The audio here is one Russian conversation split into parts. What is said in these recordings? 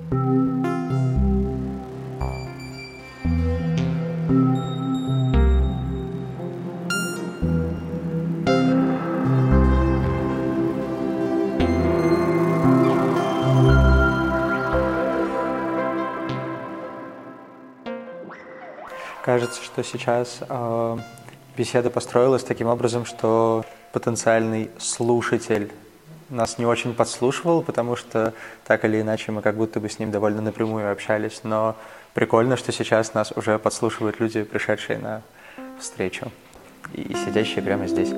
Кажется, что сейчас беседа построилась таким образом, что потенциальный слушатель нас не очень подслушивал, потому что так или иначе мы как будто бы с ним довольно напрямую общались, но прикольно, что сейчас нас уже подслушивают люди, пришедшие на встречу и сидящие прямо здесь.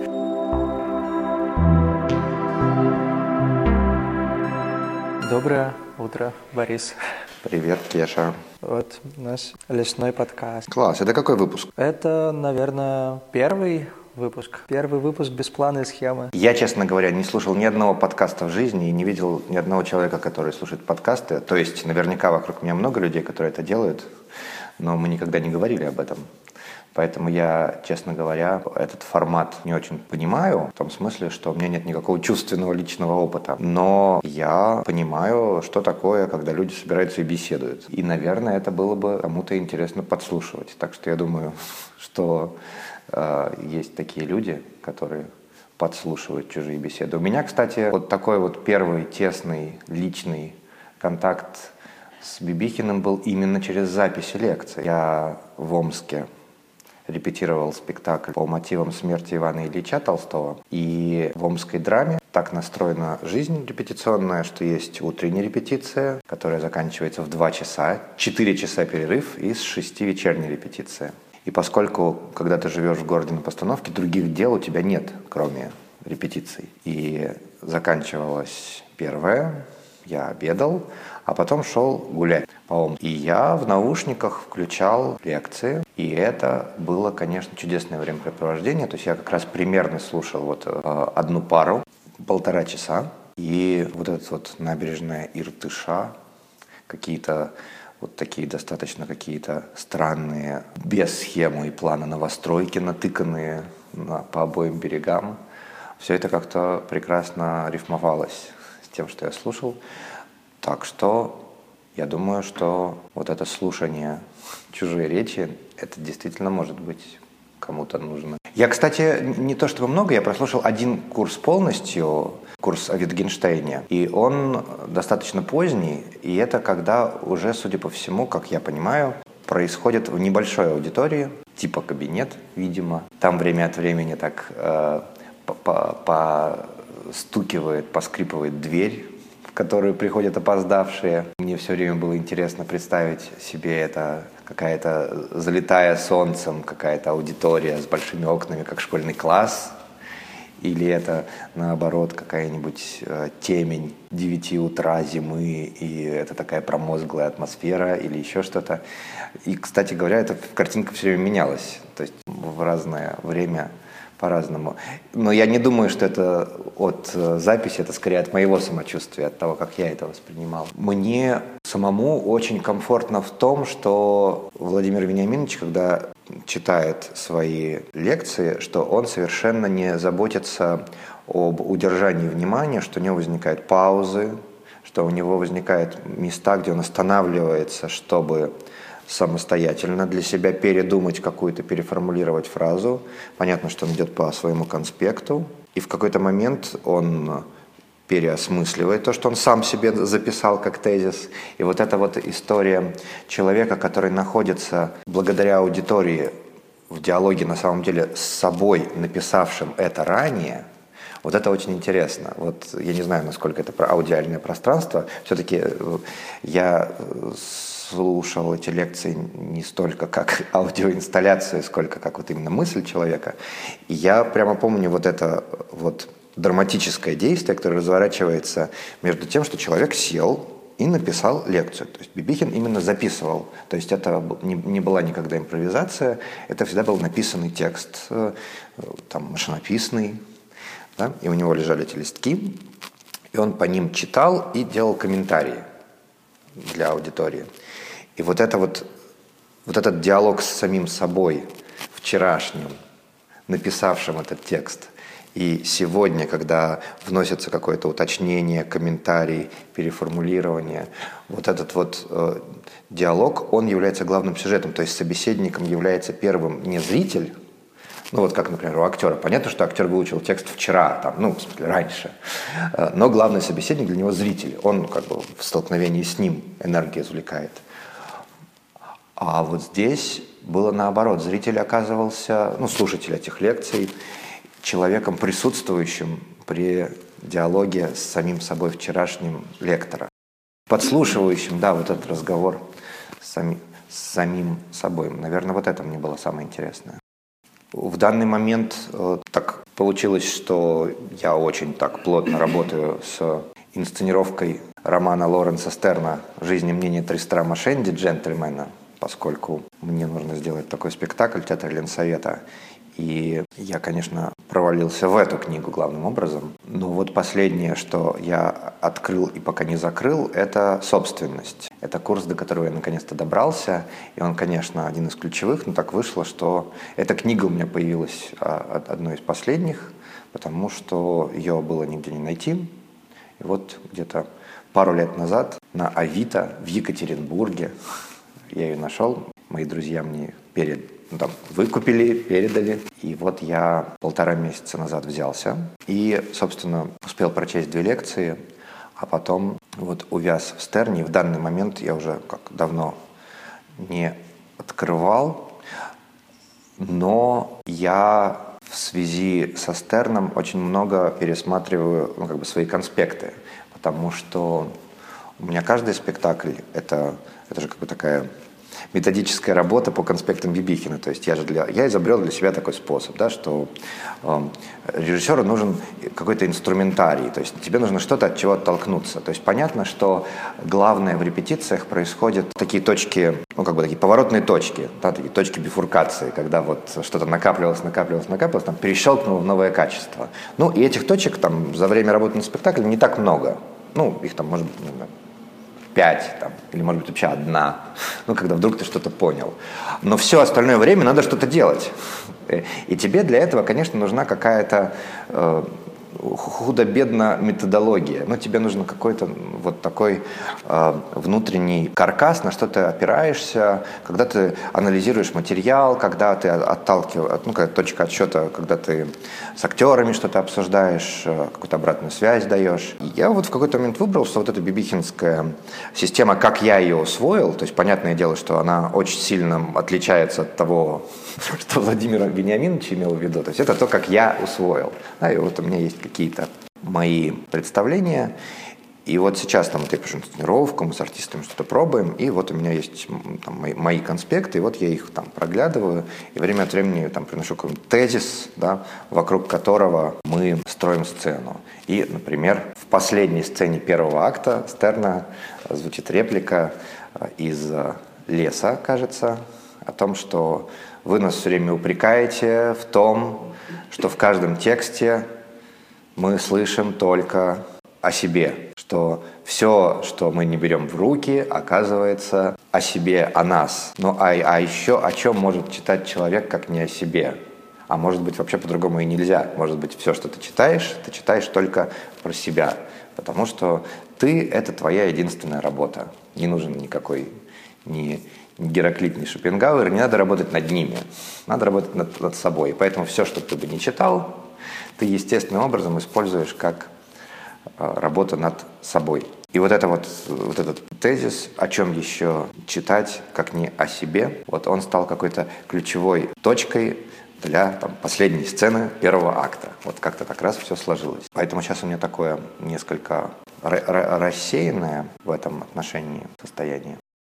Доброе утро, Борис. Привет, Кеша. Вот у нас лесной подкаст. Класс, это какой выпуск? Это, наверное, первый выпуск. Первый выпуск без плана и схемы. Я, честно говоря, не слушал ни одного подкаста в жизни и не видел ни одного человека, который слушает подкасты. То есть, наверняка вокруг меня много людей, которые это делают, но мы никогда не говорили об этом. Поэтому я, честно говоря, этот формат не очень понимаю, в том смысле, что у меня нет никакого чувственного личного опыта. Но я понимаю, что такое, когда люди собираются и беседуют. И, наверное, это было бы кому-то интересно подслушивать. Так что я думаю, что есть такие люди, которые подслушивают чужие беседы. У меня, кстати, вот такой вот первый тесный личный контакт с Бибихиным был именно через записи лекций. Я в Омске репетировал спектакль по мотивам смерти Ивана Ильича Толстого. И в омской драме так настроена жизнь репетиционная, что есть утренняя репетиция, которая заканчивается в 2 часа, 4 часа перерыв и с 6 вечерняя репетиция. И поскольку, когда ты живешь в городе на постановке, других дел у тебя нет, кроме репетиций. И заканчивалась первая, я обедал, а потом шел гулять по Омску. И я в наушниках включал лекции. И это было, конечно, чудесное времяпрепровождение. То есть я как раз примерно слушал вот одну пару, 1,5 часа. И вот эта вот набережная Иртыша, какие-то вот такие достаточно какие-то странные, без схемы и плана новостройки, натыканные по обоим берегам. Все это как-то прекрасно рифмовалось с тем, что я слушал. Так что я думаю, что вот это слушание чужой речи, это действительно может быть кому-то нужно. Я, кстати, не то чтобы много, я прослушал один курс полностью, курс о Wittgensteiне, и он достаточно поздний, и это когда уже, судя по всему, как я понимаю, происходит в небольшой аудитории, типа кабинет, видимо. Там время от времени так постукивает, поскрипывает дверь, в которую приходят опоздавшие. Мне все время было интересно представить себе это какая-то залитая солнцем какая-то аудитория с большими окнами, как школьный класс, или это, наоборот, какая-нибудь темень 9 утра зимы, и это такая промозглая атмосфера, или еще что-то. И, кстати говоря, эта картинка все время менялась, то есть в разное время по-разному. Но я не думаю, что это от записи, это скорее от моего самочувствия, от того, как я это воспринимал. Мне самому очень комфортно в том, что Владимир Вениаминович, когда читает свои лекции, что он совершенно не заботится об удержании внимания, что у него возникают паузы, что у него возникают места, где он останавливается, чтобы самостоятельно для себя передумать какую-то, переформулировать фразу. Понятно, что он идет по своему конспекту. И в какой-то момент он переосмысливает то, что он сам себе записал как тезис. И вот эта вот история человека, который находится благодаря аудитории в диалоге на самом деле с собой, написавшим это ранее, вот это очень интересно. Вот я не знаю, насколько это аудиальное пространство. Все-таки я слушал эти лекции не столько как аудиоинсталляцию, сколько как вот именно мысль человека. И я прямо помню вот это вот драматическое действие, которое разворачивается между тем, что человек сел и написал лекцию. То есть Бибихин именно записывал. То есть это не была никогда импровизация, это всегда был написанный текст, там, машинописный, да? И у него лежали эти листки, и он по ним читал и делал комментарии для аудитории. И вот этот диалог с самим собой, вчерашним, написавшим этот текст, И сегодня, когда вносится какое-то уточнение, комментарий, переформулирование, вот этот вот диалог, он является главным сюжетом. То есть собеседником является первым не зритель, ну вот как, например, у актера. Понятно, что актер выучил текст вчера, там, ну, в смысле, раньше. Но главный собеседник для него зритель. Он как бы в столкновении с ним энергию извлекает. А вот здесь было наоборот. Зритель оказывался, ну, слушатель этих лекций, человеком, присутствующим при диалоге с самим собой вчерашним лектора. Подслушивающим, да, вот этот разговор с самим собой. Наверное, вот это мне было самое интересное. В данный момент так получилось, что я очень так плотно работаю с инсценировкой романа Лоренса Стерна «Жизнь и мнение Тристрама Шенди, джентльмена», поскольку мне нужно сделать такой спектакль «Театр Ленсовета». И я, конечно, провалился в эту книгу главным образом. Но вот последнее, что я открыл и пока не закрыл, это собственность. Это курс, до которого я наконец-то добрался. И он, конечно, один из ключевых, но так вышло, что эта книга у меня появилась одной из последних, потому что ее было нигде не найти. И вот где-то пару лет назад на Авито в Екатеринбурге я ее нашел. Мои друзья мне выкупили, передали. И вот я 1,5 месяца назад взялся и, собственно, успел прочесть 2 лекции, а потом вот увяз в Стерне. И в данный момент я уже как давно не открывал, но я в связи со Стерном очень много пересматриваю свои конспекты, потому что у меня каждый спектакль — это же как бы такая методическая работа по конспектам Бибихина. То есть я изобрел для себя такой способ, да, что режиссеру нужен какой-то инструментарий, то есть тебе нужно что-то от чего оттолкнуться. То есть понятно, что главное в репетициях происходят такие точки, такие поворотные точки, да, такие точки бифуркации, когда вот что-то накапливалось, там перещелкнуло в новое качество. Ну и этих точек там за время работы на спектакле не так много. Ну, их там может быть 5, или, может быть, вообще 1, когда вдруг ты что-то понял. Но все остальное время надо что-то делать. И тебе для этого, конечно, нужна какая-то худо-бедно методология. Тебе нужен какой-то вот такой внутренний каркас, на что ты опираешься, когда ты анализируешь материал, когда ты отталкиваешь, какая-то точка отсчета, когда ты с актерами что-то обсуждаешь, какую-то обратную связь даешь. И я вот в какой-то момент выбрал, что вот эта бибихинская система, как я ее усвоил, то есть понятное дело, что она очень сильно отличается от того, что Владимир Вениаминович имел в виду. То есть это то, как я усвоил. Да, и вот у меня есть какие-то мои представления. И вот сейчас я пишу инсценировку, мы с артистами что-то пробуем, и вот у меня есть мои конспекты, и вот я их проглядываю, и время от времени приношу какой-нибудь тезис, да, вокруг которого мы строим сцену. И, например, в последней сцене 1-го акта Стерна звучит реплика из «Леса», кажется, о том, что вы нас все время упрекаете в том, что в каждом тексте мы слышим только о себе, что все, что мы не берем в руки, оказывается о себе, о нас. А еще о чем может читать человек, как не о себе? А может быть, вообще по-другому и нельзя. Может быть, все, что ты читаешь только про себя. Потому что ты — это твоя единственная работа. Не нужен никакой ни Гераклит, ни Шопенгауэр, не надо работать над ними, надо работать над собой. И поэтому все, что ты бы не читал, ты естественным образом используешь как работу над собой. И вот этот тезис, о чем еще читать, как не о себе, вот он стал какой-то ключевой точкой для последней сцены 1-го акта. Вот как-то так раз все сложилось. Поэтому сейчас у меня такое несколько рассеянное в этом отношении состояние.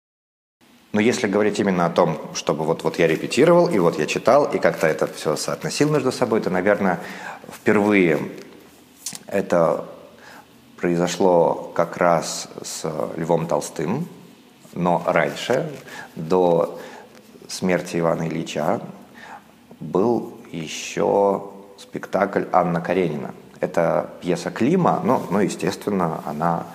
Но если говорить именно о том, чтобы вот я репетировал, и вот я читал, и как-то это все соотносил между собой, то, наверное, впервые это произошло как раз с Львом Толстым, но раньше, до смерти Ивана Ильича, был еще спектакль «Анна Каренина». Это пьеса Клима, но естественно, она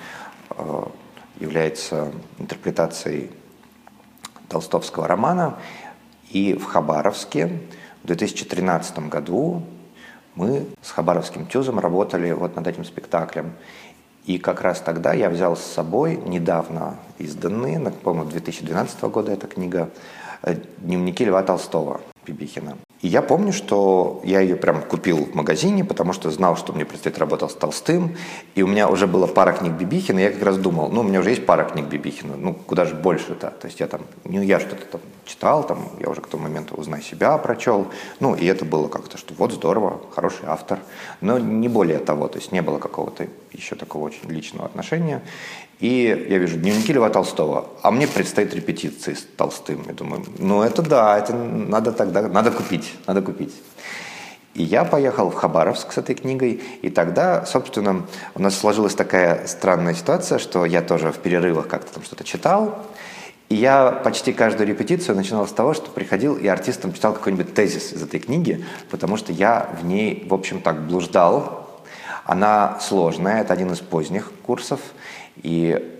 является интерпретацией толстовского романа. И в Хабаровске в 2013 году Мы с Хабаровским ТЮЗом работали вот над этим спектаклем. И как раз тогда я взял с собой недавно изданные, по-моему, 2012 года эта книга, «Дневники Льва Толстого» Бибихина. И я помню, что я ее прям купил в магазине, потому что знал, что мне предстоит работать с Толстым, и у меня уже была пара книг Бибихина, и я как раз думал, у меня уже есть пара книг Бибихина, куда же больше-то? То есть я что-то там читал, я уже к тому моменту «Узнай себя» прочел, и это было как-то, что вот здорово, хороший автор, но не более того, то есть не было какого-то еще такого очень личного отношения. И я вижу «Дневники Льва Толстого», а мне предстоит репетиции с Толстым. Я думаю, это надо купить. И я поехал в Хабаровск с этой книгой, и тогда, собственно, у нас сложилась такая странная ситуация, что я тоже в перерывах как-то там что-то читал, и я почти каждую репетицию начинал с того, что приходил и артистам читал какой-нибудь тезис из этой книги, потому что я в ней, в общем, так блуждал. Она сложная, это один из поздних курсов, и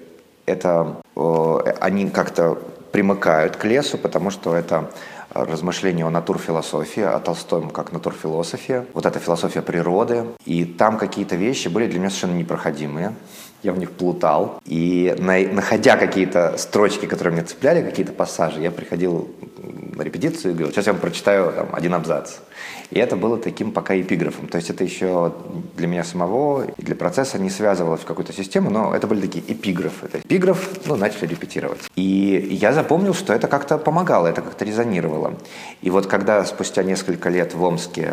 они как-то примыкают к лесу, потому что это размышления о натурфилософии, о Толстом как натурфилософе, вот эта философия природы. И там какие-то вещи были для меня совершенно непроходимые. Я в них плутал. И находя какие-то строчки, которые меня цепляли, какие-то пассажи, я приходил на репетицию и говорил, сейчас я вам прочитаю один абзац. И это было таким пока эпиграфом. То есть это еще для меня самого и для процесса не связывалось в какую-то систему, но это были такие эпиграфы. То есть эпиграф, начали репетировать. И я запомнил, что это как-то помогало, это как-то резонировало. И вот когда спустя несколько лет в Омске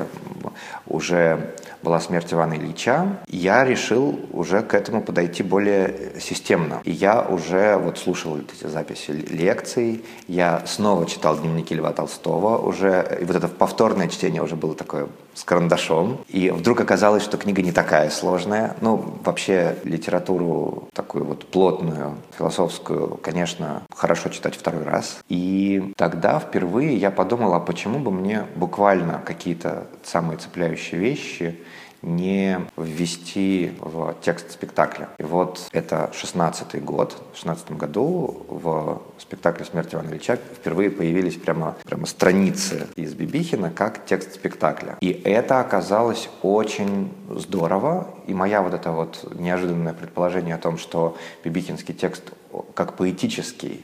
уже была смерть Ивана Ильича, я решил уже к этому подойти более системно. И я уже слушал эти записи лекций, я снова читал «Дневники Льва Толстого» уже, и вот это повторное чтение уже было такое с карандашом. И вдруг оказалось, что книга не такая сложная. Вообще литературу такую плотную, философскую, конечно, хорошо читать второй раз. И тогда впервые я подумал, а почему бы мне буквально какие-то самые цепляющие вещи не ввести в текст спектакля. И вот это 16-й год. В 16-м году в спектакле «Смерть Ивана Ильича» впервые появились прямо страницы из Бибихина как текст спектакля. И это оказалось очень здорово. И моя неожиданное предположение о том, что бибихинский текст как поэтический,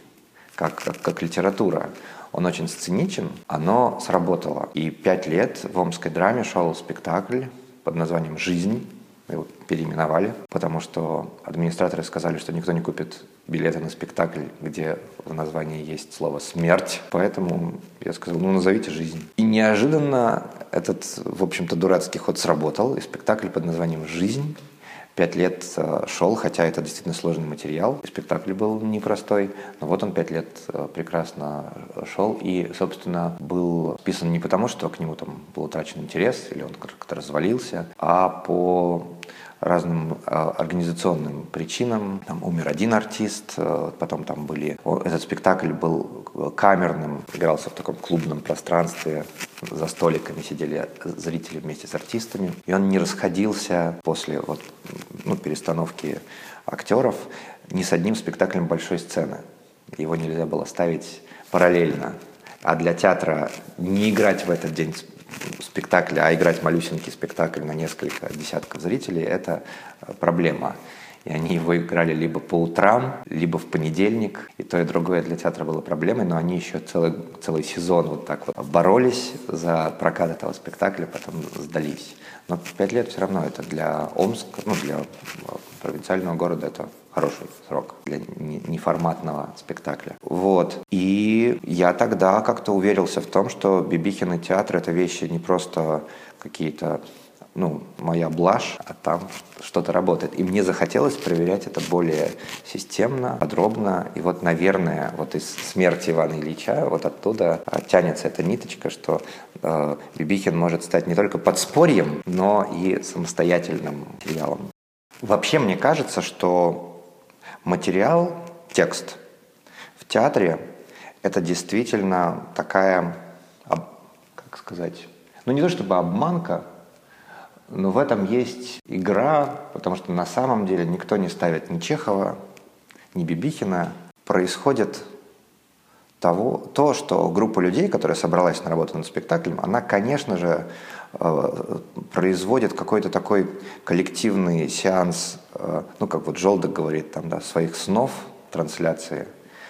как литература, он очень сценичен, оно сработало. И 5 лет в Омской драме шел спектакль под названием «Жизнь». Мы его переименовали, потому что администраторы сказали, что никто не купит билеты на спектакль, где в названии есть слово «смерть». Поэтому я сказал, назовите «Жизнь». И неожиданно этот, в общем-то, дурацкий ход сработал, и спектакль под названием «Жизнь» 5 лет шел, хотя это действительно сложный материал. И спектакль был непростой, но он 5 лет прекрасно шел и, собственно, был писан не потому, что к нему был утрачен интерес или он как-то развалился, а по разным организационным причинам. Там умер один артист, потом этот спектакль был камерным, игрался в таком клубном пространстве, за столиками сидели зрители вместе с артистами, и он не расходился после перестановки актеров ни с одним спектаклем большой сцены. Его нельзя было ставить параллельно. А для театра не играть в этот день спектакля, а играть малюсенький спектакль на несколько десятков зрителей – это проблема. И они его играли либо по утрам, либо в понедельник. И то, и другое для театра было проблемой, но они еще целый сезон боролись за прокат этого спектакля, потом сдались. Но 5 лет все равно это для Омска, для провинциального города это хороший срок для неформатного спектакля. И я тогда как-то уверился в том, что Бибихин и театр — это вещи не просто какие-то, моя блажь, а там что-то работает. И мне захотелось проверять это более системно, подробно. И наверное, из «Смерти Ивана Ильича» оттуда тянется эта ниточка, что Бибихин может стать не только подспорьем, но и самостоятельным материалом. Вообще, мне кажется, что материал, текст в театре — это действительно такая, не то чтобы обманка, но в этом есть игра, потому что на самом деле никто не ставит ни Чехова, ни Бибихина. Происходит то, что группа людей, которая собралась на работу над спектаклем, она, конечно же, производит какой-то такой коллективный сеанс, ну, как вот Желдок говорит, там, да, своих снов, трансляции.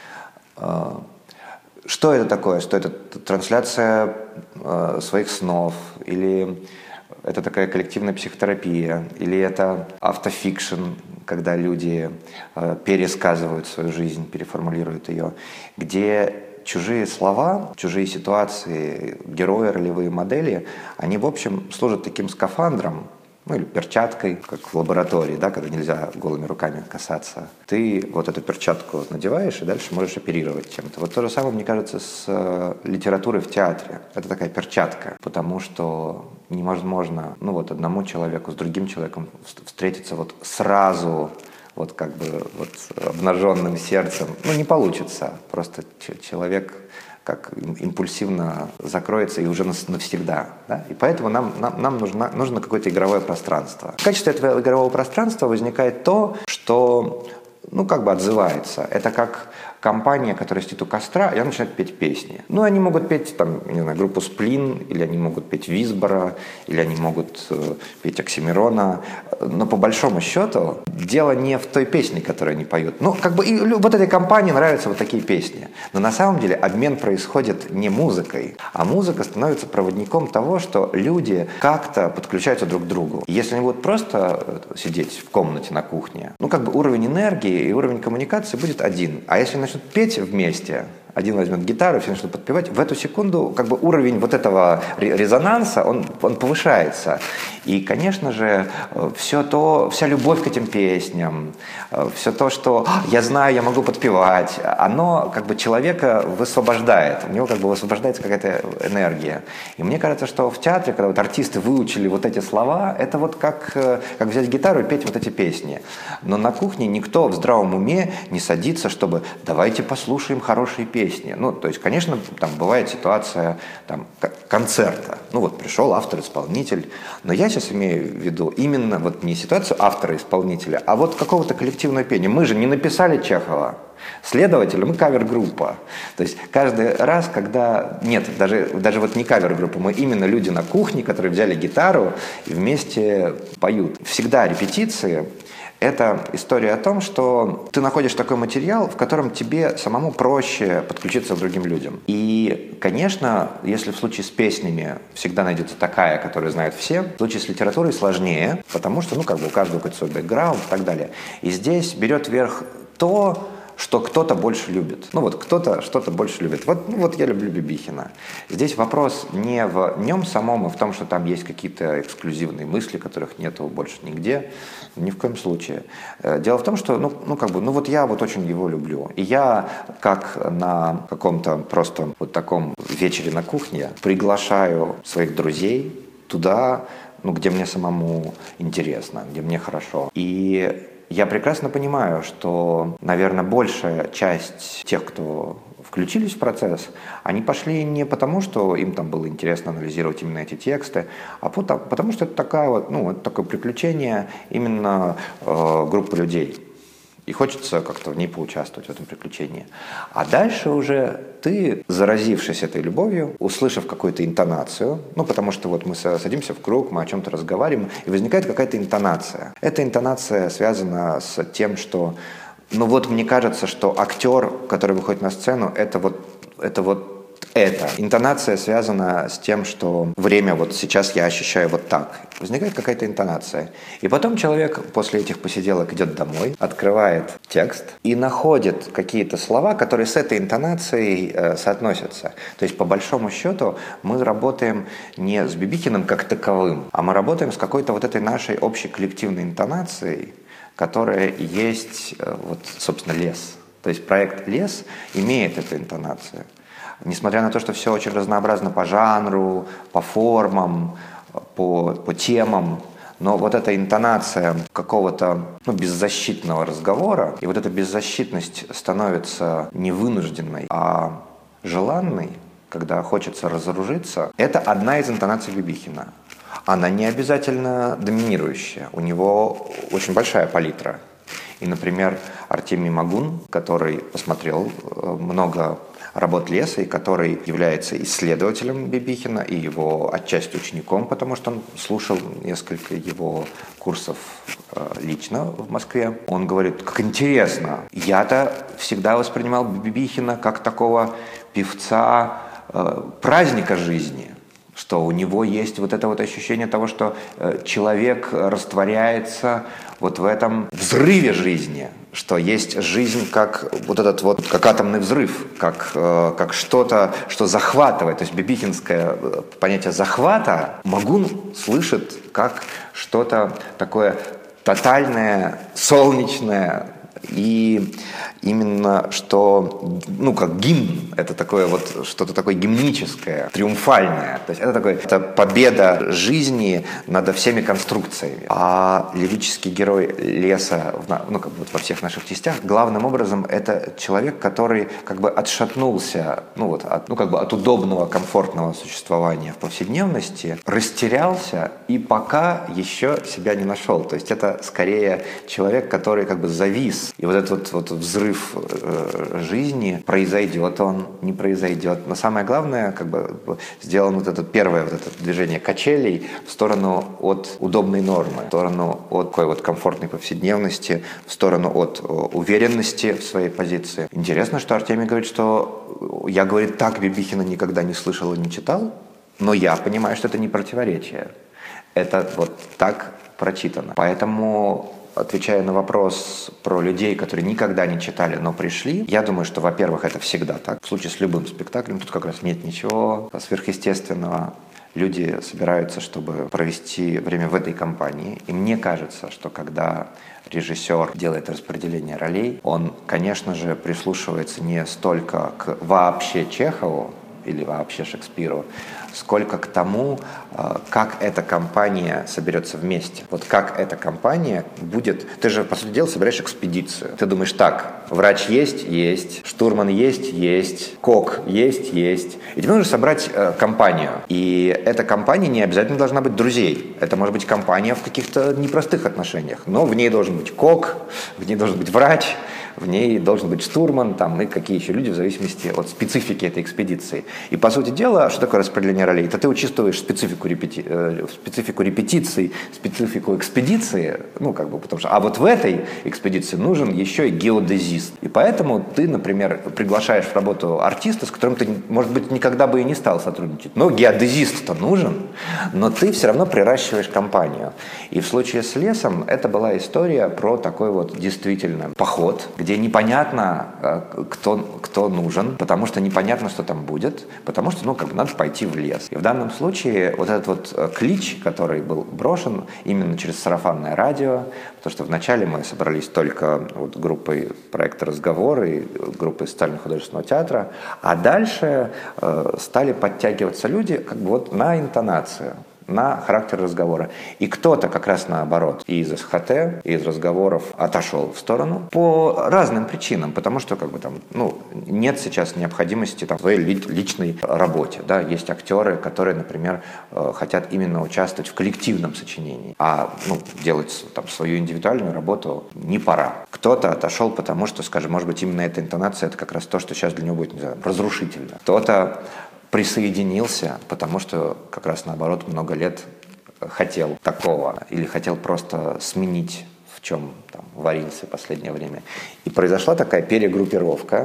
Что это такое? Что это трансляция своих снов? Или это такая коллективная психотерапия? Или это автофикшн, когда люди пересказывают свою жизнь, переформулируют ее? Где чужие слова, чужие ситуации, герои, ролевые модели, они, в общем, служат таким скафандром, ну или перчаткой, как в лаборатории, да, когда нельзя голыми руками касаться. Ты вот эту перчатку надеваешь и дальше можешь оперировать чем-то. Вот то же самое, мне кажется, с литературой в театре. Это такая перчатка, потому что невозможно, ну вот одному человеку с другим человеком встретиться вот сразу, вот как бы вот обнаженным сердцем. Ну не получится. Просто человек как импульсивно закроется и уже навсегда. Да? И поэтому нам нужно какое-то игровое пространство. В качестве этого игрового пространства возникает то, что ну, как бы отзывается. Это как компания, которая сидит у костра, и она начинает петь песни. Ну, они могут петь, там, не знаю, группу «Сплин», или они могут петь Висбора, или они могут петь Оксимирона. Но по большому счету дело не в той песне, которую они поют. Ну, как бы и вот этой компании нравятся вот такие песни. Но на самом деле обмен происходит не музыкой, а музыка становится проводником того, что люди как-то подключаются друг к другу. И если они будут просто сидеть в комнате на кухне, ну, как бы уровень энергии и уровень коммуникации будет один. А если начнут петь вместе, один возьмет гитару, все начнут подпевать, в эту секунду как бы уровень вот этого резонанса, он повышается. И, конечно же, вся любовь к этим песням, все то, что я знаю, я могу подпевать, оно как бы человека высвобождает, у него как бы высвобождается какая-то энергия. И мне кажется, что в театре, когда вот артисты выучили вот эти слова, это вот как взять гитару и петь вот эти песни. Но на кухне никто в здравом уме не садится, чтобы давайте послушаем хорошие песни. Ну, то есть, конечно, там бывает ситуация там, концерта. Ну, вот пришел автор-исполнитель. Но я сейчас имею в виду именно вот не ситуацию автора-исполнителя, а вот какого-то коллективного пения. Мы же не написали Чехова. Следовательно, мы кавер-группа. То есть каждый раз, когда... Нет, даже вот не кавер-группа, мы именно люди на кухне, которые взяли гитару и вместе поют. Всегда репетиции — это история о том, что ты находишь такой материал, в котором тебе самому проще подключиться к другим людям. И, конечно, если в случае с песнями всегда найдется такая, которую знают все, в случае с литературой сложнее, потому что, ну, как бы у каждого какой-то свой бэкграунд и так далее. И здесь берет верх то, что кто-то больше любит. Ну вот кто-то что-то больше любит. Вот я люблю Бибихина. Здесь вопрос не в нем самом, а в том, что там есть какие-то эксклюзивные мысли, которых нету больше нигде. Ни в коем случае. Дело в том, что вот я вот очень его люблю. И я, как на каком-то просто вот таком вечере на кухне, приглашаю своих друзей туда, ну, где мне самому интересно, где мне хорошо. И я прекрасно понимаю, что, наверное, большая часть тех, кто включились в процесс, они пошли не потому, что им там было интересно анализировать именно эти тексты, а потому что это такая вот, ну, это такое приключение именно группы людей. И хочется как-то в ней поучаствовать, в этом приключении. А дальше уже ты, заразившись этой любовью, услышав какую-то интонацию, ну, потому что вот мы садимся в круг, мы о чем-то разговариваем, и возникает какая-то интонация. Эта интонация связана с тем, что, ну вот мне кажется, что актер, который выходит на сцену, это. Интонация связана с тем, что время вот сейчас я ощущаю вот так. Возникает какая-то интонация. И потом человек после этих посиделок идет домой, открывает текст и находит какие-то слова, которые с этой интонацией соотносятся. То есть, по большому счету, мы работаем не с Бибихиным как таковым, а мы работаем с какой-то вот этой нашей общей коллективной интонацией, которая есть, вот, собственно, «Лес». То есть проект «Лес» имеет эту интонацию. Несмотря на то, что все очень разнообразно по жанру, по формам, по темам, но вот эта интонация какого-то беззащитного разговора, и вот эта беззащитность становится не вынужденной, а желанной, когда хочется разоружиться, это одна из интонаций Бибихина. Она не обязательно доминирующая, у него очень большая палитра. И, например, Артемий Магун, который посмотрел много работ Леса, и который является исследователем Бибихина и его отчасти учеником, потому что он слушал несколько его курсов лично в Москве. Он говорит, как интересно, я-то всегда воспринимал Бибихина как такого певца праздника жизни, что у него есть вот это вот ощущение того, что человек растворяется вот в этом взрыве жизни, что есть жизнь как вот этот вот, как атомный взрыв, как что-то, что захватывает. То есть бибихинское понятие захвата Магун слышит как что-то такое тотальное, солнечное, и именно что, ну, как гимн, это такое вот что-то такое гимническое, триумфальное. То есть это победа жизни над всеми конструкциями. А лирический герой Леса, ну, как бы вот во всех наших частях, главным образом это человек, который как бы отшатнулся, ну, вот, от удобного, комфортного существования в повседневности, растерялся и пока еще себя не нашел. То есть это скорее человек, который как бы завис. И вот этот вот взрыв жизни, произойдет он, не произойдет. Но самое главное, как бы сделано вот это первое вот это движение качелей в сторону от удобной нормы, в сторону от такой вот комфортной повседневности, в сторону от уверенности в своей позиции. Интересно, что Артемий говорит, что я, говорит, так Бибихина никогда не слышал и не читал, но я понимаю, что это не противоречие. Это вот так прочитано. Поэтому, отвечая на вопрос про людей, которые никогда не читали, но пришли, я думаю, что, во-первых, это всегда так. В случае с любым спектаклем тут как раз нет ничего сверхъестественного. Люди собираются, чтобы провести время в этой компании. И мне кажется, что когда режиссер делает распределение ролей, он, конечно же, прислушивается не столько к вообще Чехову или вообще Шекспиру, сколько к тому, как эта компания соберется вместе. Вот как эта компания будет... Ты же, по сути дела, собираешь экспедицию. Ты думаешь, так, врач есть, штурман есть, кок есть. И тебе нужно собрать компанию. И эта компания не обязательно должна быть друзей. Это может быть компания в каких-то непростых отношениях. Но в ней должен быть кок, в ней должен быть врач, в ней должен быть штурман, там, и какие еще люди, в зависимости от специфики этой экспедиции. И, по сути дела, что такое распределение ролей? Это ты учитываешь специфику репетиций, специфику экспедиции, ну, как бы, потому что, а вот в этой экспедиции нужен еще и геодезист. И поэтому ты, например, приглашаешь в работу артиста, с которым ты, может быть, никогда бы и не стал сотрудничать. Но геодезист-то нужен, но ты все равно приращиваешь компанию. И в случае с Лесом это была история про такой вот действительно поход, где непонятно, кто нужен, потому что непонятно, что там будет, потому что, ну, как бы надо пойти в лес. И в данном случае вот этот вот клич, который был брошен именно через сарафанное радио, потому что вначале мы собрались только вот группой проекта «Разговор» и группой социально-художественного театра, а дальше стали подтягиваться люди как бы вот на интонацию, на характер разговора. И кто-то как раз наоборот и из СХТ, и из разговоров отошел в сторону по разным причинам, потому что как бы там, ну, нет сейчас необходимости там, в своей личной работе. Да? Есть актеры, которые, например, хотят именно участвовать в коллективном сочинении, а ну, делать там, свою индивидуальную работу не пора. Кто-то отошел, потому что, скажем, может быть, именно эта интонация, это как раз то, что сейчас для него будет, не знаю, разрушительно. Кто-то присоединился, потому что как раз наоборот много лет хотел такого или хотел просто сменить, в чем там варился в последнее время. И произошла такая перегруппировка,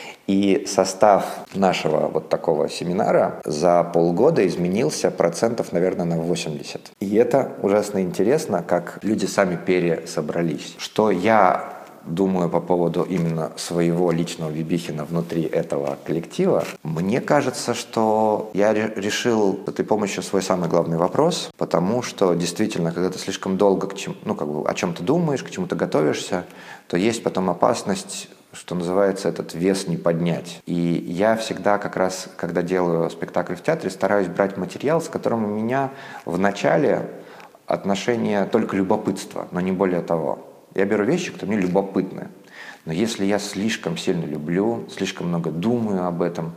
и состав нашего вот такого семинара за полгода изменился процентов, наверное, на 80. И это ужасно интересно, как люди сами пересобрались. Что я думаю по поводу именно своего личного Бибихина внутри этого коллектива, мне кажется, что я решил с этой помощью свой самый главный вопрос, потому что действительно, когда ты слишком долго о чем-то думаешь, к чему-то готовишься, то есть потом опасность, что называется, этот вес не поднять. И я всегда как раз, когда делаю спектакль в театре, стараюсь брать материал, с которым у меня в начале отношение только любопытства, но не более того. Я беру вещи, которые мне любопытны. Но если я слишком сильно люблю, слишком много думаю об этом,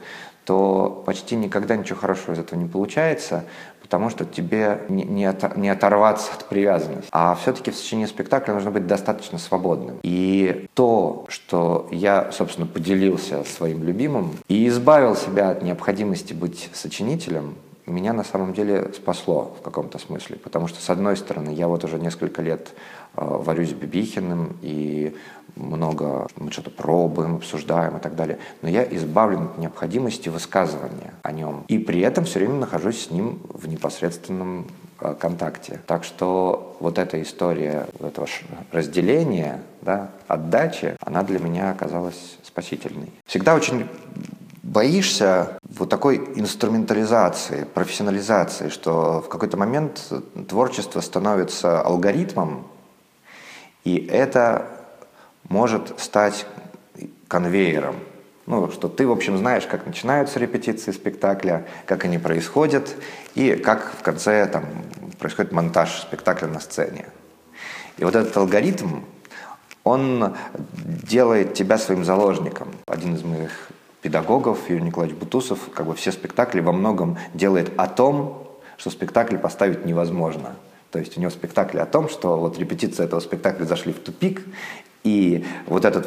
то почти никогда ничего хорошего из этого не получается, потому что тебе не оторваться от привязанности. А все-таки в сочинении спектакля нужно быть достаточно свободным. И то, что я, собственно, поделился своим любимым и избавил себя от необходимости быть сочинителем, меня на самом деле спасло в каком-то смысле. Потому что, с одной стороны, я вот уже несколько лет варюсь с Бибихиным, и много мы что-то пробуем, обсуждаем и так далее. Но я избавлен от необходимости высказывания о нем. И при этом все время нахожусь с ним в непосредственном контакте. Так что вот эта история вот этого разделения, да, отдачи, она для меня оказалась спасительной. Всегда очень боишься вот такой инструментализации, профессионализации, что в какой-то момент творчество становится алгоритмом, и это может стать конвейером. Ну, что ты, в общем, знаешь, как начинаются репетиции спектакля, как они происходят, и как в конце там происходит монтаж спектакля на сцене. И вот этот алгоритм, он делает тебя своим заложником. Один из моих педагогов, Юрий Николаевич Бутусов, как бы все спектакли во многом делает о том, что спектакль поставить невозможно. То есть у него спектакли о том, что вот репетиция этого спектакля зашли в тупик, и вот эту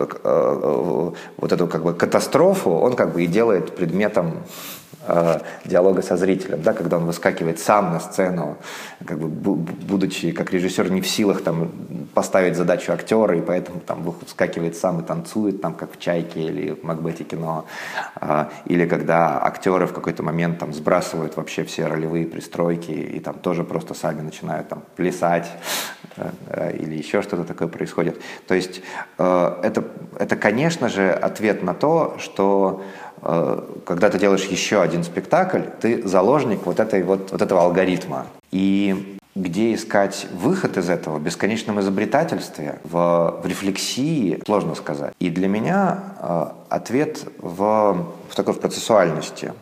как бы катастрофу он как бы и делает предметом диалога со зрителем, да, когда он выскакивает сам на сцену, как бы, будучи как режиссер не в силах там поставить задачу актера, и поэтому там выскакивает сам и танцует, там, как в «Чайке» или в «Макбете» кино, или когда актеры в какой-то момент там сбрасывают вообще все ролевые пристройки и там тоже просто сами начинают там плясать, или еще что-то такое происходит. То есть это, конечно же, ответ на то, что когда ты делаешь еще один спектакль, ты заложник вот этого алгоритма. И где искать выход из этого в бесконечном изобретательстве, в рефлексии, сложно сказать. И для меня ответ в такой процессуальности,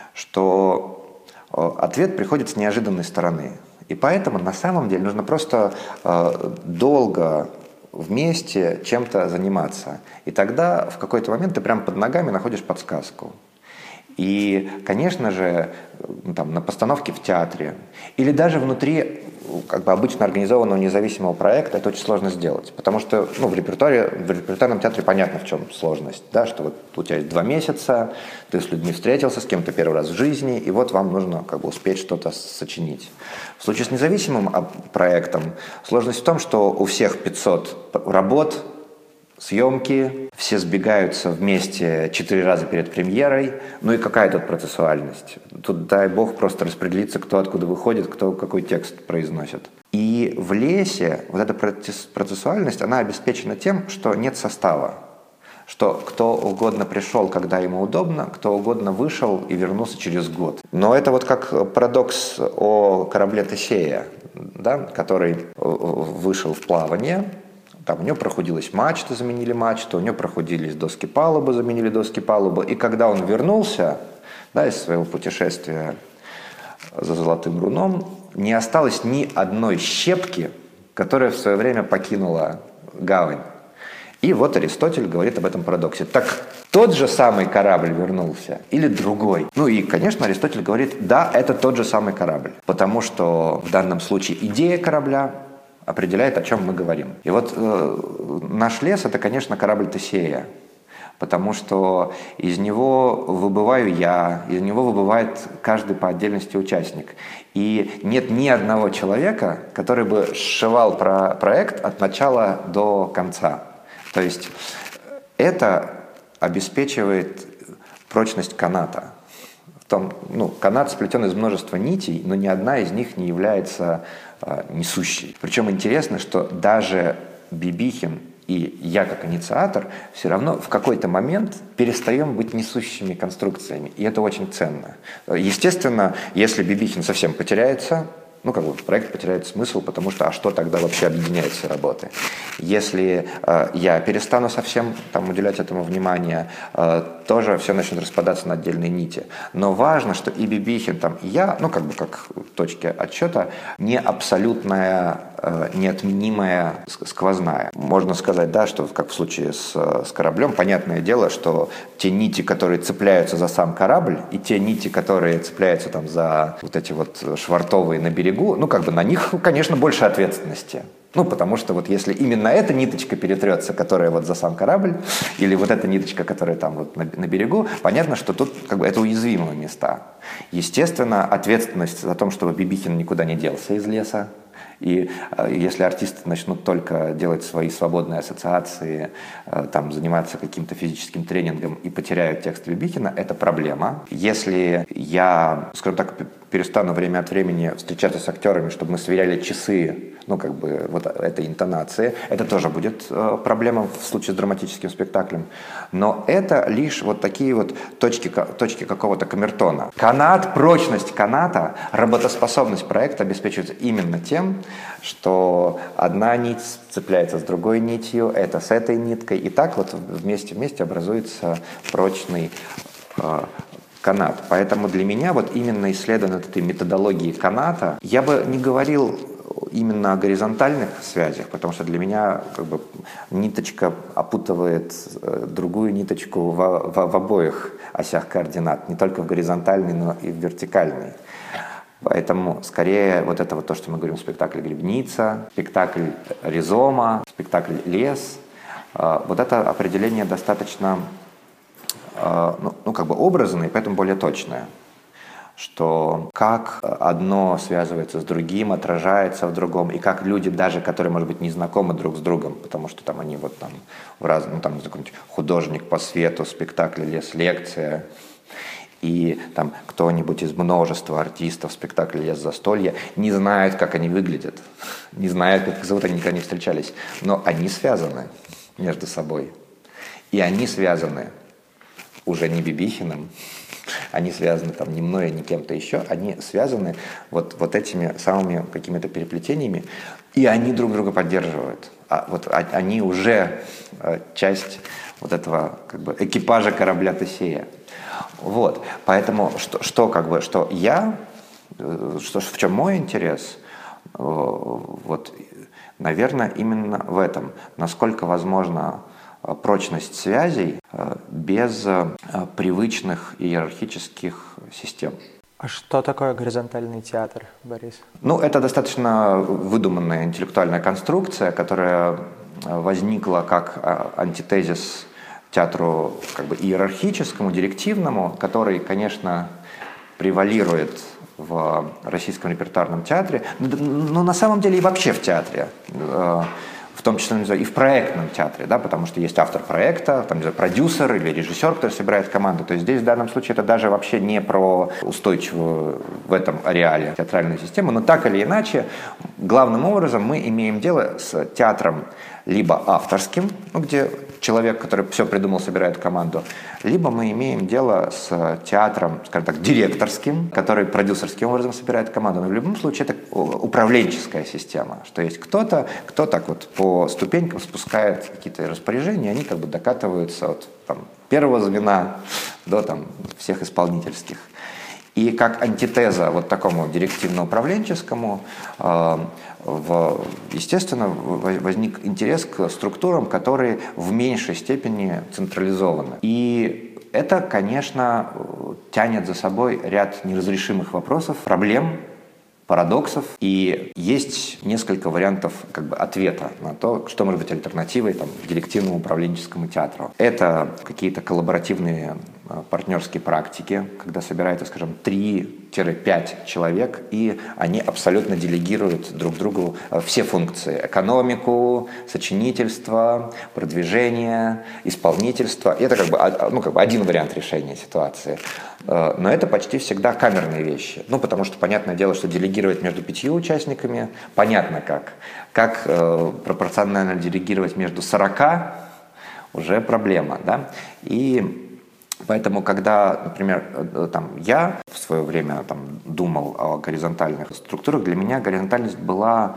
что ответ приходит с неожиданной стороны. И поэтому на самом деле нужно просто долго вместе чем-то заниматься. И тогда в какой-то момент ты прям под ногами находишь подсказку. И, конечно же, там, на постановке в театре или даже внутри как бы обычно организованного независимого проекта это очень сложно сделать. Потому что в репертуарном театре понятно, в чем сложность. Да? Что вот у тебя есть 2 месяца, ты с людьми встретился, с кем-то первый раз в жизни, и вот вам нужно как бы успеть что-то сочинить. В случае с независимым проектом сложность в том, что у всех 500 работ, съемки, все сбегаются вместе 4 раза перед премьерой. Ну и какая тут процессуальность? Тут, дай бог, просто распределиться, кто откуда выходит, кто какой текст произносит. И в «Лесе» вот эта процессуальность, она обеспечена тем, что нет состава. Что кто угодно пришел, когда ему удобно, кто угодно вышел и вернулся через год. Но это вот как парадокс о корабле Тесея, да, который вышел в плавание. Там у него прохудилась мачта, заменили мачту, у него прохудились доски палубы, заменили доски палубы. И когда он вернулся, да, из своего путешествия за Золотым Руном, не осталось ни одной щепки, которая в свое время покинула гавань. И вот Аристотель говорит об этом парадоксе. Так тот же самый корабль вернулся или другой? Ну и, конечно, Аристотель говорит, да, это тот же самый корабль. Потому что в данном случае идея корабля определяет, о чем мы говорим. И вот наш лес – это, конечно, корабль Тесея, потому что из него выбываю я, из него выбывает каждый по отдельности участник. И нет ни одного человека, который бы сшивал проект от начала до конца. То есть это обеспечивает прочность каната. Канат сплетен из множества нитей, но ни одна из них не является несущей. Причем интересно, что даже Бибихин и я как инициатор все равно в какой-то момент перестаем быть несущими конструкциями. И это очень ценно. Естественно, если Бибихин совсем потеряется, проект потеряет смысл, потому что а что тогда вообще объединяет все работы? Если я перестану совсем уделять этому внимание, тоже все начнет распадаться на отдельные нити. Но важно, что и Бибихин, и я, как точки отсчета, не абсолютная неотменимая сквозная. Можно сказать, да, что как в случае с кораблем, понятное дело, что те нити, которые цепляются за сам корабль, и те нити, которые цепляются там за вот эти вот швартовые на берегу, ну как бы на них, конечно, больше ответственности. Ну, потому что вот если именно эта ниточка перетрется, которая вот за сам корабль, или вот эта ниточка, которая там вот на берегу, понятно, что тут как бы это уязвимые места. Естественно, ответственность за то, чтобы Бибихин никуда не делся из леса. И если артисты начнут только делать свои свободные ассоциации, там, заниматься каким-то физическим тренингом и потеряют текст Бибихина, это проблема. Если я, скажем так, перестану время от времени встречаться с актерами, чтобы мы сверяли часы, ну, как бы, вот этой интонации, это тоже будет проблема в случае с драматическим спектаклем. Но это лишь вот такие вот точки какого-то камертона. Канат, прочность каната, работоспособность проекта обеспечивается именно тем, что одна нить цепляется с другой нитью, это с этой ниткой, и так вот вместе образуется прочный канат. Поэтому для меня вот именно исследование этой методологии каната, я бы не говорил именно о горизонтальных связях, потому что для меня как бы ниточка опутывает другую ниточку в обоих осях координат, не только в горизонтальной, но и в вертикальной. Поэтому скорее вот это вот то, что мы говорим, спектакль «Грибница», спектакль «Ризома», спектакль «Лес», вот это определение достаточно ну, как бы образное, и поэтому более точное. Что как одно связывается с другим, отражается в другом, и как люди, даже которые, может быть, не знакомы друг с другом, потому что там они вот там в разном, ну, там какой-нибудь художник по свету, спектакль «Лес», лекция, и там кто-нибудь из множества артистов спектакля «Лес, застолье» не знают, как они выглядят, не знают, как их зовут, они никогда не встречались, но они связаны между собой, и они связаны уже не Бибихиным, они связаны там не мной, не кем-то еще, они связаны вот этими самыми какими-то переплетениями, и они друг друга поддерживают. Они уже часть вот этого как бы экипажа корабля Тесея. Вот, поэтому в чем мой интерес, вот, наверное, именно в этом, насколько возможно прочность связей без привычных иерархических систем. А что такое горизонтальный театр, Борис? Ну, это достаточно выдуманная интеллектуальная конструкция, которая возникла как антитезис театру как бы иерархическому, директивному, который, конечно, превалирует в российском репертуарном театре, но на самом деле и вообще в театре. В том числе и в проектном театре, да, потому что есть автор проекта, там, продюсер или режиссер, который собирает команду. То есть здесь в данном случае это даже вообще не про устойчивую в этом ареале театральную систему, но так или иначе, главным образом мы имеем дело с театром либо авторским, ну, где человек, который все придумал, собирает команду, либо мы имеем дело с театром, скажем так, директорским, который продюсерским образом собирает команду. Но в любом случае это управленческая система, что есть кто-то, кто так вот по ступенькам спускает какие-то распоряжения, и они как бы докатываются от там, первого звена до там, всех исполнительских. И как антитеза вот такому директивно-управленческому, естественно, возник интерес к структурам, которые в меньшей степени централизованы. И это, конечно, тянет за собой ряд неразрешимых вопросов, проблем, парадоксов. И есть несколько вариантов как бы, ответа на то, что может быть альтернативой там, директивному управленческому театру. Это какие-то коллаборативные партнерские практики, когда собирается, скажем, 3-5 человек, и они абсолютно делегируют друг другу все функции. Экономику, сочинительство, продвижение, исполнительство. И это как бы один вариант решения ситуации. Но это почти всегда камерные вещи. Ну, потому что, понятное дело, что делегировать между 5 участниками, понятно как. Как пропорционально делегировать между 40, уже проблема, да. И поэтому, когда, например, там, я в свое время там думал о горизонтальных структурах, для меня горизонтальность была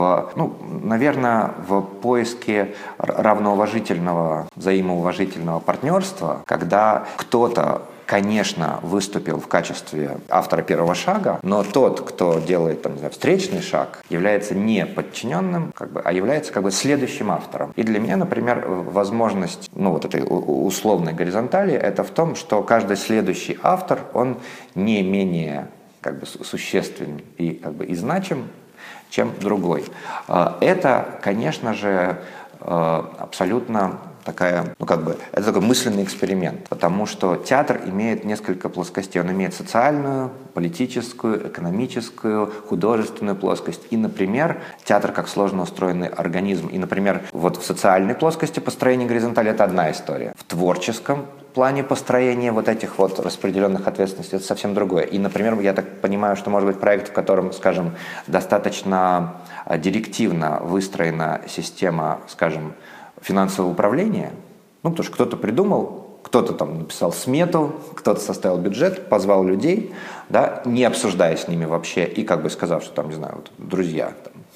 наверное, в поиске равноуважительного, взаимоуважительного партнерства, когда кто-то, конечно, выступил в качестве автора первого шага, но тот, кто делает встречный шаг, является не подчиненным, а является следующим автором. И для меня, например, возможность этой условной горизонтали это в том, что каждый следующий автор, он не менее существенен и значим, чем другой. Это, конечно же, абсолютно это такой мысленный эксперимент, потому что театр имеет несколько плоскостей. Он имеет социальную, политическую, экономическую, художественную плоскость. И, например, театр как сложно устроенный организм. И, например, в социальной плоскости построение горизонтали – это одна история. В творческом плане построения этих распределенных ответственностей это совсем другое. И, например, я так понимаю, что может быть проект, в котором, скажем, достаточно директивно выстроена система, скажем, финансового управления, потому что кто-то придумал, кто-то написал смету, кто-то составил бюджет, позвал людей, не обсуждая с ними вообще, и сказав, что друзья,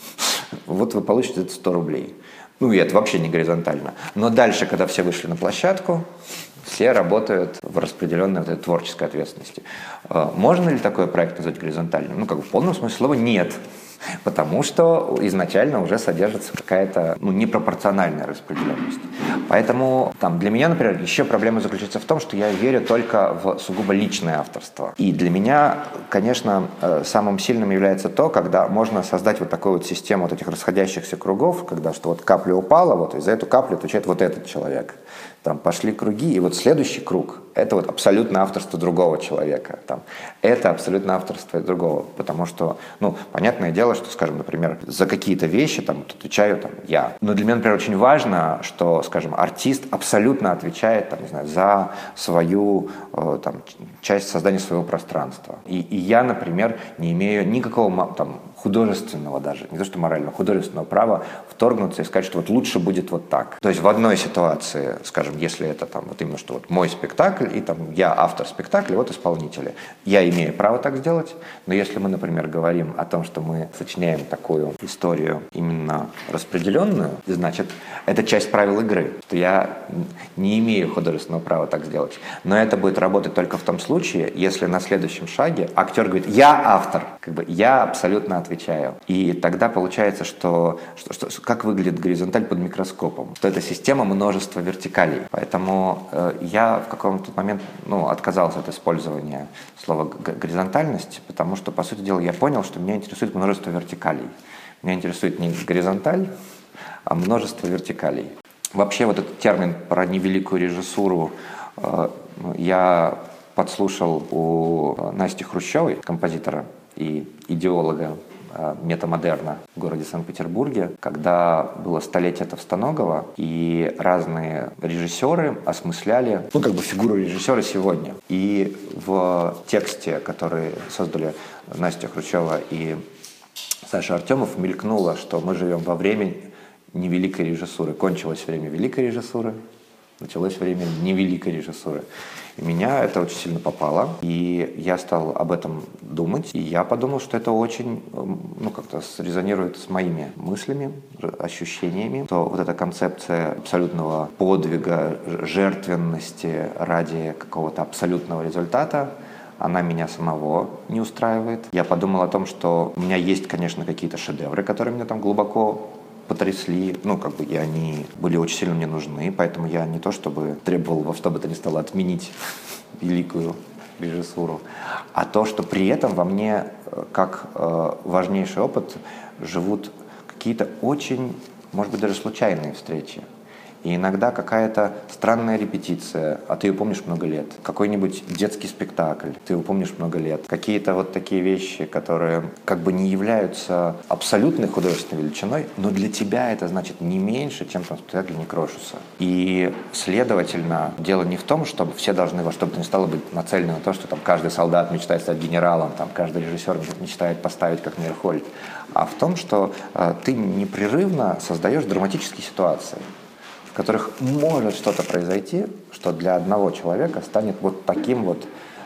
вы получите это 100 рублей. И это вообще не горизонтально. Но дальше, когда все вышли на площадку, все работают в распределенной творческой ответственности. Можно ли такой проект назвать горизонтальным? В полном смысле слова нет. Потому что изначально уже содержится какая-то непропорциональная распределенность. Поэтому для меня, например, еще проблема заключается в том, что я верю только в сугубо личное авторство. И для меня, конечно, самым сильным является то, когда можно создать такую систему этих расходящихся кругов, когда что капля упала, и за эту каплю отвечает этот человек. Пошли круги, и следующий круг – это абсолютно авторство другого человека. Это абсолютно авторство другого, потому что, понятное дело, что, скажем, например, за какие-то вещи отвечаю я. Но для меня, например, очень важно, что, скажем, артист абсолютно отвечает за свою часть создания своего пространства. И я, например, не имею никакого художественного даже, не то что морального, художественного права вторгнуться и сказать, что лучше будет так. То есть в одной ситуации, скажем, если это именно что мой спектакль, и я автор спектакля, исполнители. Я имею право так сделать, но если мы, например, говорим о том, что мы сочиняем такую историю именно распределенную, значит, это часть правил игры, что я не имею художественного права так сделать. Но это будет работать только в том случае, если на следующем шаге актер говорит: я автор, я абсолютно отвечаю. И тогда получается, что как выглядит горизонталь под микроскопом, что это система множества вертикалей. Поэтому я в каком-то момент отказался от использования слова горизонтальность, потому что, по сути дела, я понял, что меня интересует множество вертикалей. Меня интересует не горизонталь, а множество вертикалей. Вообще этот термин про невеликую режиссуру я подслушал у Насти Хрущевой, композитора и идеолога метамодерна в городе Санкт-Петербурге, когда было столетие Товстоногова, и разные режиссеры осмысляли, фигуру режиссера сегодня. И в тексте, который создали Настя Хрущева и Саша Артемов, мелькнуло, что мы живем во время невеликой режиссуры. Кончилось время великой режиссуры, началось время невеликой режиссуры. И меня это очень сильно попало, и я стал об этом думать, и я подумал, что это очень, как-то срезонирует с моими мыслями, ощущениями, что эта концепция абсолютного подвига, жертвенности ради какого-то абсолютного результата, она меня самого не устраивает. Я подумал о том, что у меня есть, конечно, какие-то шедевры, которые меня глубоко потрясли, и они были очень сильно мне нужны, поэтому я не то чтобы требовал во что бы то ни стало отменить великую режиссуру, а то, что при этом во мне, как важнейший опыт, живут какие-то очень, может быть, даже случайные встречи. И иногда какая-то странная репетиция, а ты ее помнишь много лет. Какой-нибудь детский спектакль, ты его помнишь много лет. Какие-то такие вещи, которые не являются абсолютной художественной величиной, но для тебя это значит не меньше, чем спектакль Некрошуса. И, следовательно, дело не в том, чтобы все должны во что бы то ни стало быть нацелены на то, что каждый солдат мечтает стать генералом, каждый режиссер мечтает поставить как Мейерхольд, а в том, что ты непрерывно создаешь драматические ситуации, в которых может что-то произойти, что для одного человека станет таким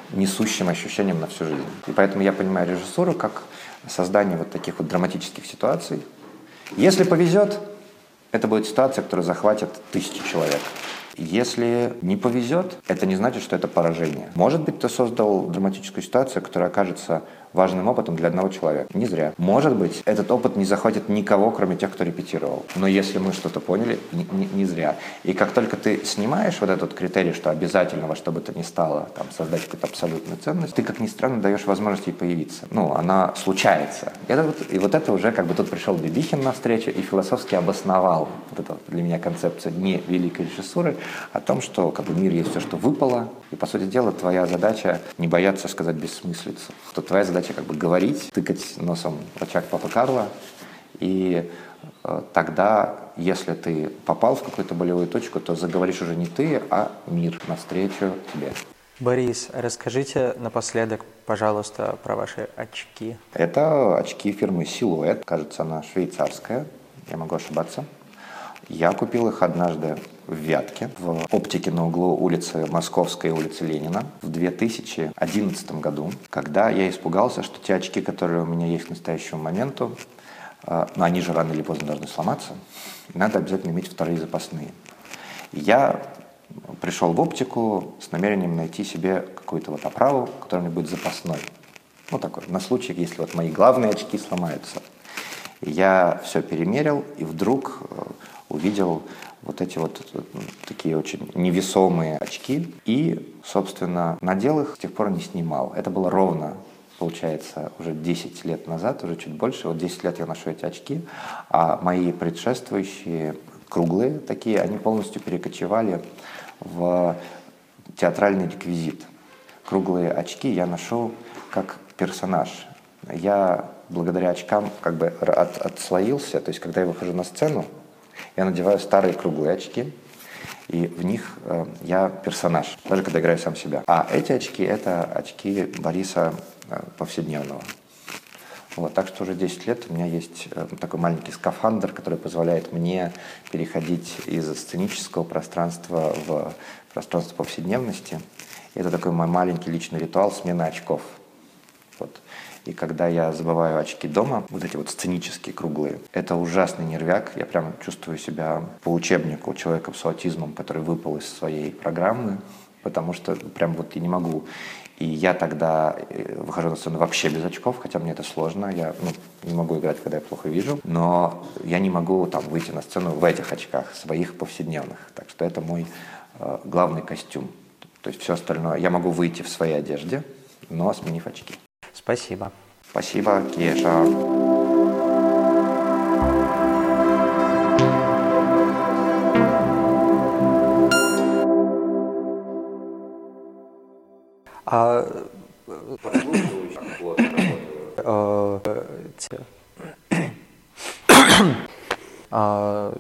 несущим ощущением на всю жизнь. И поэтому я понимаю режиссуру как создание вот таких вот драматических ситуаций. Если повезет, это будет ситуация, которая захватит 1000 человек. Если не повезет, это не значит, что это поражение. Может быть, ты создал драматическую ситуацию, которая окажется важным опытом для одного человека. Не зря. Может быть, этот опыт не захватит никого, кроме тех, кто репетировал. Но если мы что-то поняли, не зря. И как только ты снимаешь вот этот критерий, что обязательно во что бы то ни стало там, создать какую-то абсолютную ценность, ты, как ни странно, даешь возможность ей появиться. Ну, она случается. И вот это уже как бы тут пришел Бибихин на встречу и философски обосновал вот эту для меня концепцию не великой режиссуры, о том, что как бы, мир есть все, что выпало. И, по сути дела, твоя задача не бояться сказать бессмыслицу. Что твоя задача как бы говорить, тыкать носом в очаг Папы Карла. И тогда, если ты попал в какую-то болевую точку, то заговоришь уже не ты, а мир навстречу тебе. Борис, расскажите напоследок, пожалуйста, про ваши очки. Это очки фирмы Silhouette. Кажется, она швейцарская. Я могу ошибаться. Я купил их однажды в Вятке, в оптике на углу улицы Московской и улицы Ленина в 2011 году, когда я испугался, что те очки, которые у меня есть к настоящему моменту, но они же рано или поздно должны сломаться, надо обязательно иметь вторые запасные. Я пришел в оптику с намерением найти себе какую-то вот оправу, которая мне будет запасной. Ну, такой, на случай, если вот мои главные очки сломаются. И я все перемерил, и вдруг увидел вот эти вот такие очень невесомые очки и, собственно, надел их, с тех пор не снимал. Это было ровно, получается, уже 10 лет назад, уже чуть больше. Вот 10 лет я ношу эти очки, а мои предшествующие, круглые такие, они полностью перекочевали в театральный реквизит. Круглые очки я ношу как персонаж. Я благодаря очкам как бы отслоился, то есть когда я выхожу на сцену, я надеваю старые круглые очки, и в них я персонаж, даже когда играю сам себя. А эти очки — это очки Бориса повседневного. Вот, так что уже 10 лет у меня есть такой маленький скафандр, который позволяет мне переходить из сценического пространства в пространство повседневности. И это такой мой маленький личный ритуал смены очков. Вот. И когда я забываю очки дома, вот эти вот сценические круглые, это ужасный нервяк. Я прям чувствую себя по учебнику человека с аутизмом, который выпал из своей программы, потому что прям вот я не могу. И я тогда выхожу на сцену вообще без очков, хотя мне это сложно. Я не могу играть, когда я плохо вижу. Но я не могу там выйти на сцену в этих очках, своих повседневных. Так что это мой главный костюм. То есть все остальное. Я могу выйти в своей одежде, но сменив очки. Спасибо. Спасибо, Кеша.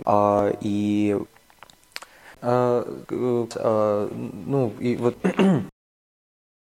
И вот